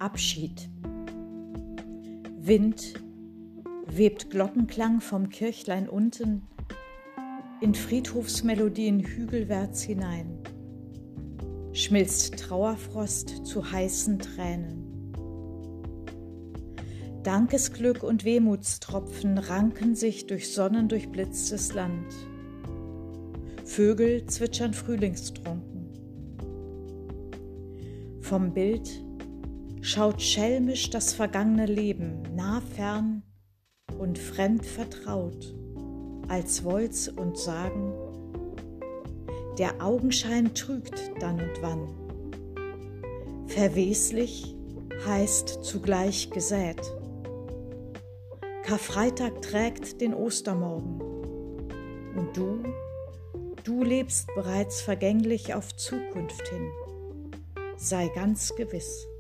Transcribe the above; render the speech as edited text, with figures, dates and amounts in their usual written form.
Abschied. Wind webt Glockenklang vom Kirchlein unten in Friedhofsmelodien hügelwärts hinein, schmilzt Trauerfrost zu heißen Tränen. Dankesglück und Wehmutstropfen ranken sich durch sonnendurchblitztes Land. Vögel zwitschern frühlingstrunken. Vom Bild schaut schelmisch das vergangene Leben, nah fern und fremd vertraut, als wollt's uns sagen, der Augenschein trügt dann und wann. Verweslich heißt zugleich gesät. Karfreitag trägt den Ostermorgen und du lebst bereits vergänglich auf Zukunft hin. Sei ganz gewiss.